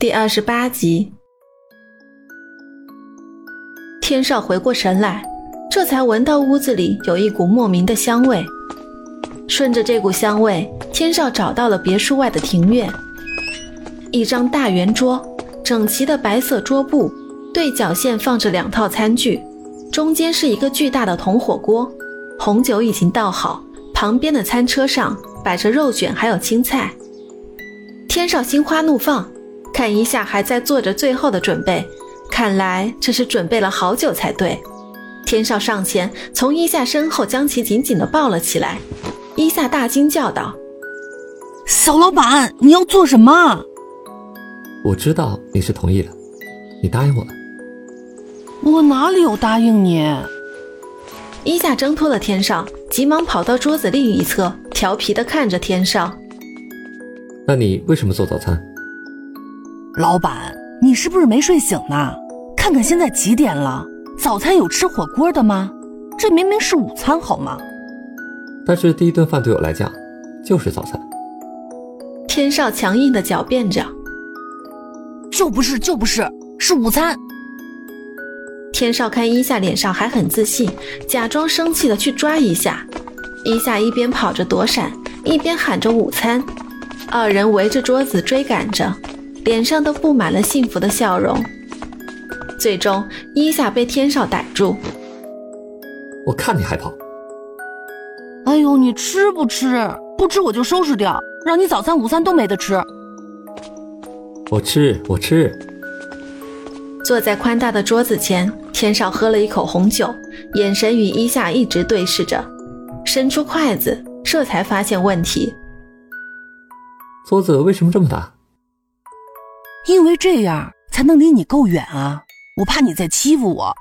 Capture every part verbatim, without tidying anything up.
第二十八集。天少回过神来，这才闻到屋子里有一股莫名的香味。顺着这股香味，天少找到了别墅外的庭院。一张大圆桌，整齐的白色桌布，对角线放着两套餐具，中间是一个巨大的铜火锅，红酒已经倒好，旁边的餐车上摆着肉卷还有青菜。天少心花怒放，看一下还在做着最后的准备，看来这是准备了好久才对。天少上前从伊夏身后将其紧紧地抱了起来。伊夏大惊叫道： 小老板，你要做什么？ 我知道你是同意的，你答应我了。 我哪里有答应你？ 伊夏挣脱了天少，急忙跑到桌子另一侧，调皮地看着天少。 那你为什么做早餐？ 老板，你是不是没睡醒呢？看看现在几点了，早餐有吃火锅的吗？这明明是午餐好吗？ 但是第一顿饭对我来讲就是早餐。 天少强硬地狡辩着。 就不是就不是，是午餐。 天少看伊夏脸上还很自信，假装生气地去抓伊夏。伊夏一边跑着躲闪，一边喊着午餐。二人围着桌子追赶着，脸上都布满了幸福的笑容。最终伊夏被天少逮住。 我看你还跑。 哎呦，你吃不吃？不吃我就收拾掉，让你早餐午餐都没得吃。 我吃我吃。 坐在宽大的桌子前，天少喝了一口红酒，眼神与伊夏一直对视着，伸出筷子，这才发现问题。 桌子为什么这么大？ 因为这样才能离你够远啊，我怕你再欺负我。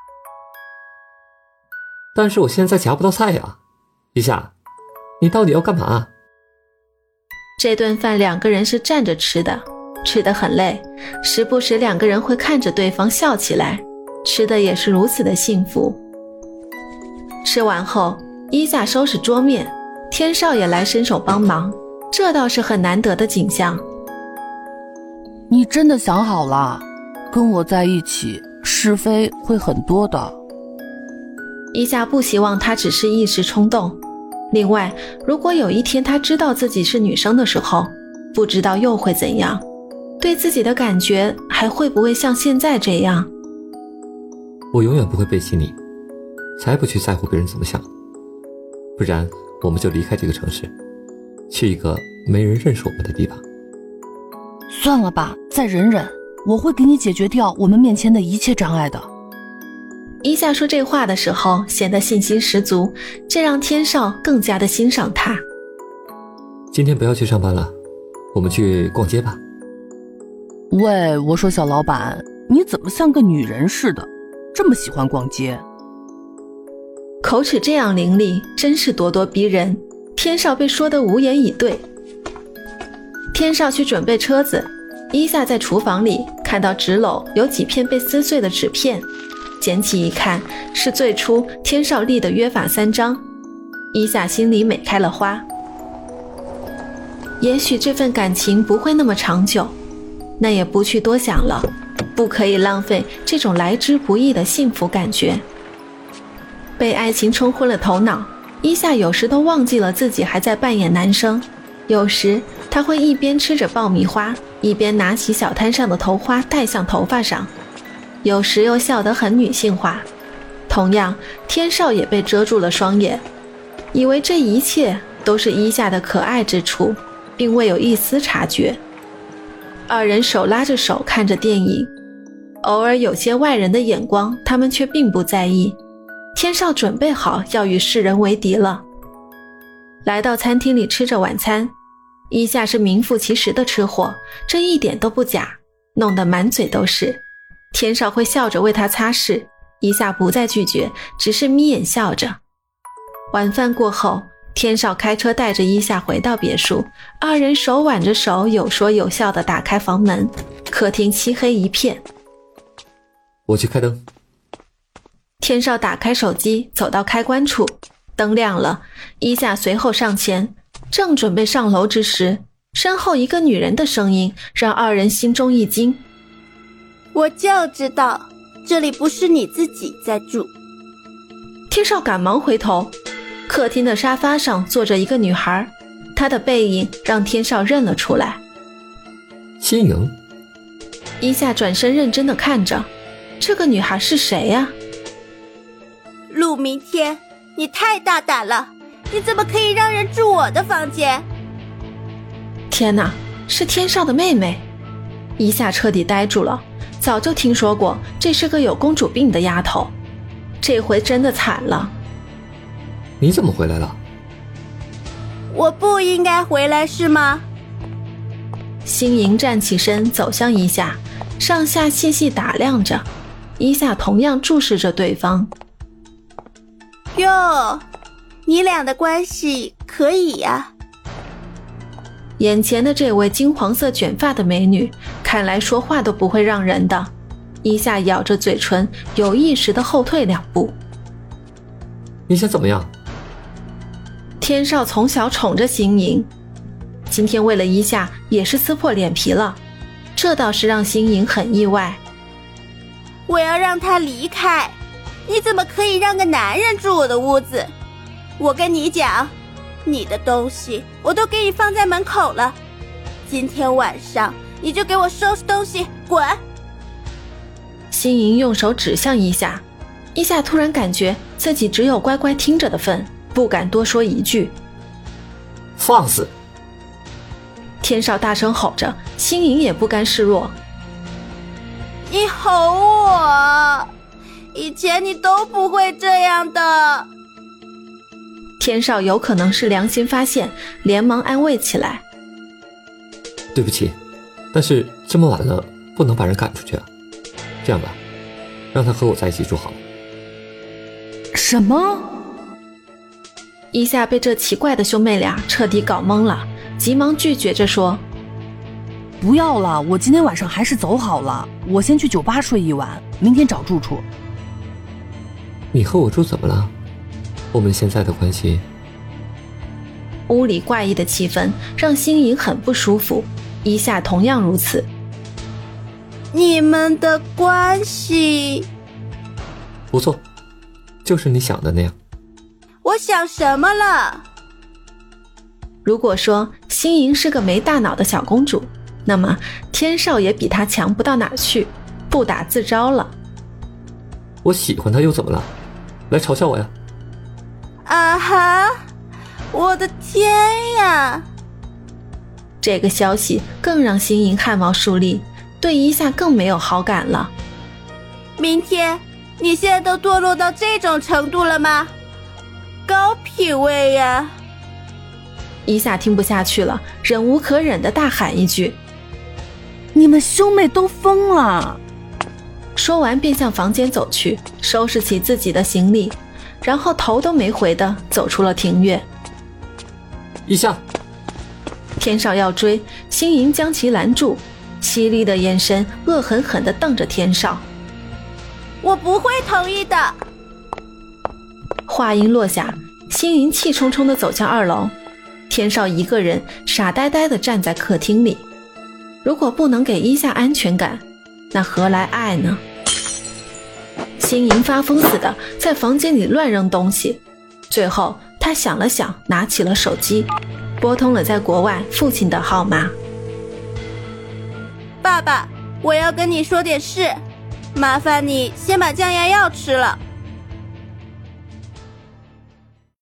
但是我现在夹不到菜呀。伊夏，你到底要干嘛？ 这顿饭两个人是站着吃的，吃得很累，时不时两个人会看着对方笑起来，吃的也是如此的幸福。吃完后，伊夏收拾桌面，天少也来伸手帮忙，这倒是很难得的景象。 你真的想好了，跟我在一起是非会很多的。 伊夏不希望他只是一时冲动，另外如果有一天他知道自己是女生的时候，不知道又会怎样，对自己的感觉还会不会像现在这样。 我永远不会背弃你，才不去在乎别人怎么想，不然我们就离开这个城市，去一个没人认识我们的地方。 算了吧，再忍忍，我会给你解决掉我们面前的一切障碍的。 伊夏说这话的时候显得信心十足，这让天少更加的欣赏他。 今天不要去上班了，我们去逛街吧。 喂，我说小老板，你怎么像个女人似的，这么喜欢逛街？ 口齿这样伶俐，真是咄咄逼人。天少被说得无言以对。天少去准备车子，伊夏在厨房里看到纸篓有几片被撕碎的纸片，捡起一看，是最初天少立的约法三章。伊夏心里美开了花。也许这份感情不会那么长久，那也不去多想了，不可以浪费这种来之不易的幸福感觉。被爱情冲昏了头脑，伊夏有时都忘记了自己还在扮演男生。有时他会一边吃着爆米花，一边拿起小摊上的头花戴向头发上，有时又笑得很女性化。同样，天少也被遮住了双眼，以为这一切都是伊夏的可爱之处，并未有一丝察觉。二人手拉着手看着电影，偶尔有些外人的眼光，他们却并不在意。天少准备好要与世人为敌了。来到餐厅里吃着晚餐，伊夏是名副其实的吃货，这一点都不假，弄得满嘴都是。天少会笑着为他擦拭，伊夏不再拒绝，只是眯眼笑着。晚饭过后，天少开车带着伊夏回到别墅，二人手挽着手，有说有笑地打开房门。客厅漆黑一片。 我去开灯。 天少打开手机，走到开关处，灯亮了，伊夏随后上前，正准备上楼之时，身后一个女人的声音让二人心中一惊， 我就知道这里不是你自己在住。 天少赶忙回头，客厅的沙发上坐着一个女孩，她的背影让天少认了出来。 心莹。 一下转身认真地看着，这个女孩是谁呀、啊？ 陆明天，你太大胆了，你怎么可以让人住我的房间？ 天哪，是天少的妹妹！一下彻底呆住了，早就听说过这是个有公主病的丫头，这回真的惨了。 你怎么回来了？ 我不应该回来是吗？ 心莹站起身走向一下，上下细细打量着，一下同样注视着对方。 哟，你俩的关系可以呀、啊。 眼前的这位金黄色卷发的美女，看来说话都不会让人的。一下咬着嘴唇，有意识地后退两步。 你想怎么样？ 天少从小宠着心莹，今天为了一下也是撕破脸皮了，这倒是让心莹很意外。 我要让他离开，你怎么可以让个男人住我的屋子？我跟你讲，你的东西我都给你放在门口了，今天晚上你就给我收拾东西滚。 心莹用手指向一下，一下突然感觉自己只有乖乖听着的份，不敢多说一句。 放肆！ 天少大声吼着，心莹也不甘示弱。 你吼我，以前你都不会这样的。 天少有可能是良心发现，连忙安慰起来。 对不起，但是这么晚了不能把人赶出去啊。这样吧，让他和我在一起住好了。 什么？ 一下被这奇怪的兄妹俩彻底搞懵了，急忙拒绝着说： 不要了，我今天晚上还是走好了，我先去酒吧睡一晚，明天找住处。 你和我住怎么了？我们现在的关系…… 屋里怪异的气氛让心莹很不舒服，一下同样如此。 你们的关系…… 不错，就是你想的那样。 我想什么了？ 如果说心莹是个没大脑的小公主，那么天少也比她强不到哪去，不打自招了。 我喜欢他又怎么了？来嘲笑我呀！ 啊哈！我的天呀！ 这个消息更让心莹汗毛竖立，对一下更没有好感了。 明天，你现在都堕落到这种程度了吗？高品位呀！ 一下听不下去了，忍无可忍地大喊一句： 你们兄妹都疯了！ 说完便向房间走去，收拾起自己的行李，然后头都没回地走出了庭院。 一下， 天少要追，心莹将其拦住，犀利的眼神恶狠狠地瞪着天少。 我不会同意的。 话音落下，心莹气冲冲地走向二楼，天少一个人傻呆呆地站在客厅里。如果不能给一下安全感，那何来爱呢？心莹发疯似的在房间里乱扔东西，最后她想了想，拿起了手机，拨通了在国外父亲的号码。 爸爸，我要跟你说点事，麻烦你先把降压药吃了。